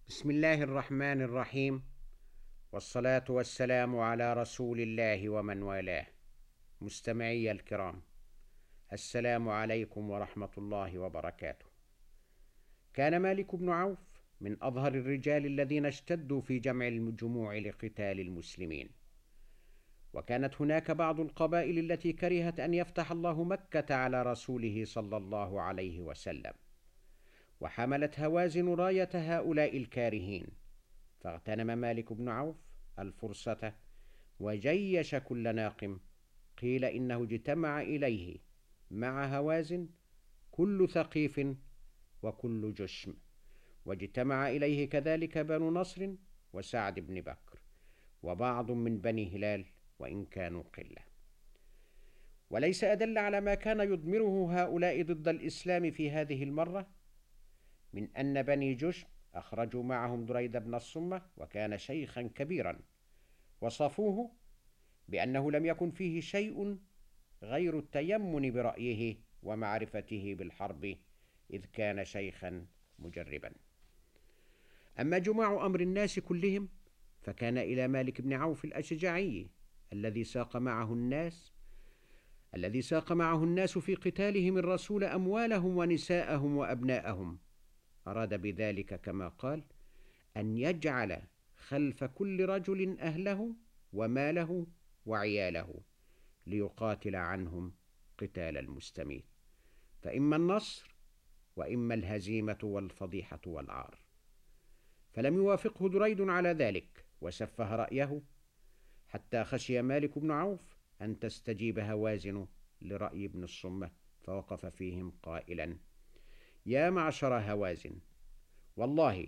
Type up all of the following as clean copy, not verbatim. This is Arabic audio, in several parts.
بسم الله الرحمن الرحيم، والصلاة والسلام على رسول الله ومن والاه. مستمعي الكرام، السلام عليكم ورحمة الله وبركاته. كان مالك بن عوف من أظهر الرجال الذين اشتدوا في جمع الجموع لقتال المسلمين، وكانت هناك بعض القبائل التي كرهت أن يفتح الله مكة على رسوله صلى الله عليه وسلم، وحملت هوازن راية هؤلاء الكارهين. فاغتنم مالك بن عوف الفرصة وجيش كل ناقم. قيل إنه اجتمع إليه مع هوازن كل ثقيف وكل جشم، واجتمع إليه كذلك بنو نصر وسعد بن بكر وبعض من بني هلال، وإن كانوا قلة. وليس أدل على ما كان يضمره هؤلاء ضد الإسلام في هذه المرة من أن بني جشم أخرجوا معهم دريد بن الصمة، وكان شيخا كبيرا، وصفوه بأنه لم يكن فيه شيء غير التيمن برأيه ومعرفته بالحرب، إذ كان شيخا مجربا. أما جماع أمر الناس كلهم فكان إلى مالك بن عوف الأشجعي الذي ساق معه الناس في قتالهم الرسول أموالهم ونساءهم وأبناءهم. أراد بذلك كما قال أن يجعل خلف كل رجل أهله وماله وعياله ليقاتل عنهم قتال المستميت، فإما النصر وإما الهزيمة والفضيحة والعار. فلم يوافقه دريد على ذلك وسفه رأيه، حتى خشي مالك بن عوف أن تستجيب هوازن لرأي ابن الصمة، فوقف فيهم قائلا: يا معشر هوازن، والله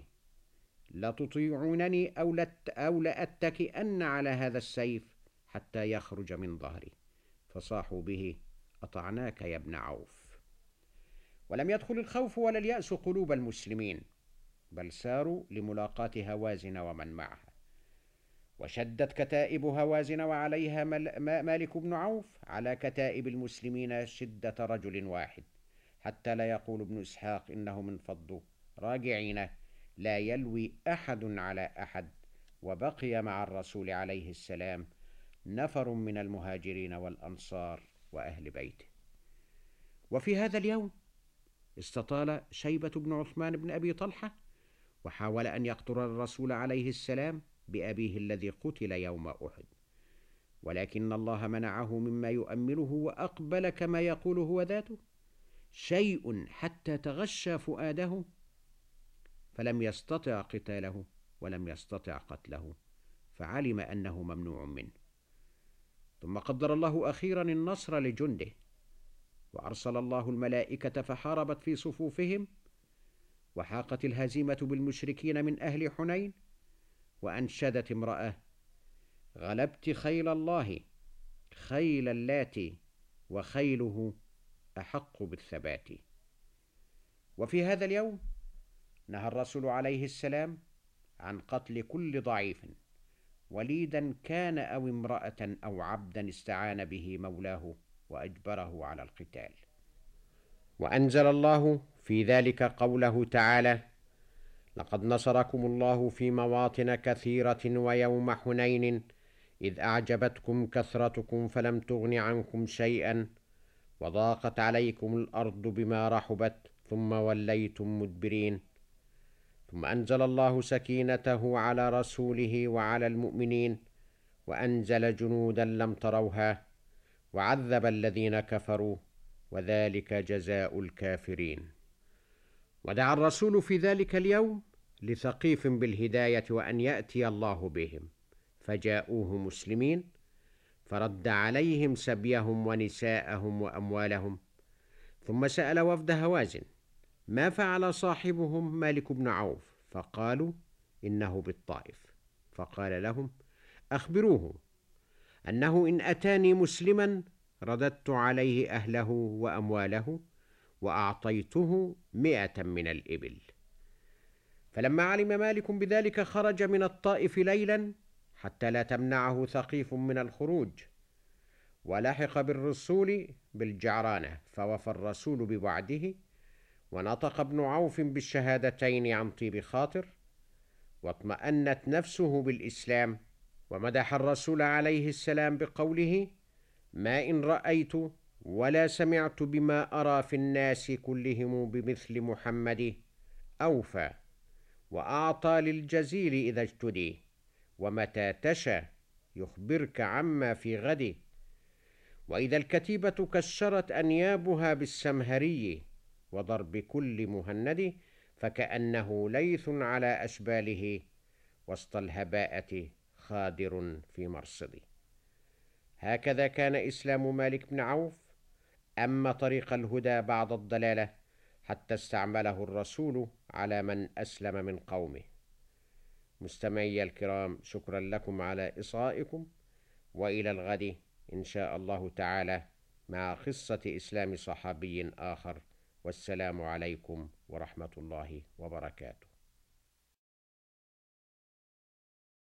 لتطيعونني أو لأتكئن على هذا السيف حتى يخرج من ظهري. فصاحوا به: أطعناك يا ابن عوف. ولم يدخل الخوف ولا اليأس قلوب المسلمين، بل ساروا لملاقاة هوازن ومن معها. وشدت كتائب هوازن وعليها مالك بن عوف على كتائب المسلمين شدة رجل واحد، حتى لا يقول ابن إسحاق إنهم انفضوا راجعين لا يلوي أحد على أحد. وبقي مع الرسول عليه السلام نفر من المهاجرين والأنصار وأهل بيته. وفي هذا اليوم استطال شيبة بن عثمان بن أبي طلحة، وحاول أن يقتل الرسول عليه السلام بأبيه الذي قتل يوم أحد، ولكن الله منعه مما يؤمله، وأقبل كما يقول هو ذاته شيء حتى تغشى فؤاده، فلم يستطع قتاله ولم يستطع قتله، فعلم أنه ممنوع منه. ثم قدر الله أخيرا النصر لجنده، وأرسل الله الملائكة فحاربت في صفوفهم، وحاقت الهزيمة بالمشركين من أهل حنين. وأنشدت امرأة: غلبت خيل الله خيل اللاتي وخيله أحق بالثبات. وفي هذا اليوم نهى الرسول عليه السلام عن قتل كل ضعيف، وليدا كان أو امرأة أو عبدا استعان به مولاه وأجبره على القتال. وأنزل الله في ذلك قوله تعالى: لقد نصركم الله في مواطن كثيرة ويوم حنين إذ أعجبتكم كثرتكم فلم تغن عنكم شيئا وضاقت عليكم الأرض بما رحبت ثم وليتم مدبرين. ثم أنزل الله سكينته على رسوله وعلى المؤمنين، وأنزل جنودا لم تروها، وعذب الذين كفروا، وذلك جزاء الكافرين. ودعا الرسول في ذلك اليوم لثقيف بالهداية وأن يأتي الله بهم، فجاءوه مسلمين، فرد عليهم سبيهم ونساءهم وأموالهم. ثم سأل وفد هوازن ما فعل صاحبهم مالك بن عوف، فقالوا إنه بالطائف. فقال لهم: أخبروه أنه إن أتاني مسلما رددت عليه أهله وأمواله وأعطيته 100 من الإبل. فلما علم مالك بذلك خرج من الطائف ليلا حتى لا تمنعه ثقيف من الخروج، ولحق بالرسول بالجعرانة، فوفى الرسول بوعده، ونطق ابن عوف بالشهادتين عن طيب خاطر، واطمأنت نفسه بالإسلام، ومدح الرسول عليه السلام بقوله: ما إن رأيت ولا سمعت بما أرى في الناس كلهم بمثل محمد، أوفى وأعطى للجزيل إذا اجتدي، ومتى تشى يخبرك عما في غد، وإذا الكتيبة كشرت أنيابها بالسمهري وضرب كل مهند، فكأنه ليث على أشباله وسط الهباءة خادر في مرصد. هكذا كان إسلام مالك بن عوف، أما طريق الهدى بعد الضلالة حتى استعمله الرسول على من أسلم من قومه. مستمعي الكرام، شكرا لكم على إصغائكم، وإلى الغد إن شاء الله تعالى مع قصة إسلام صحابي آخر، والسلام عليكم ورحمة الله وبركاته.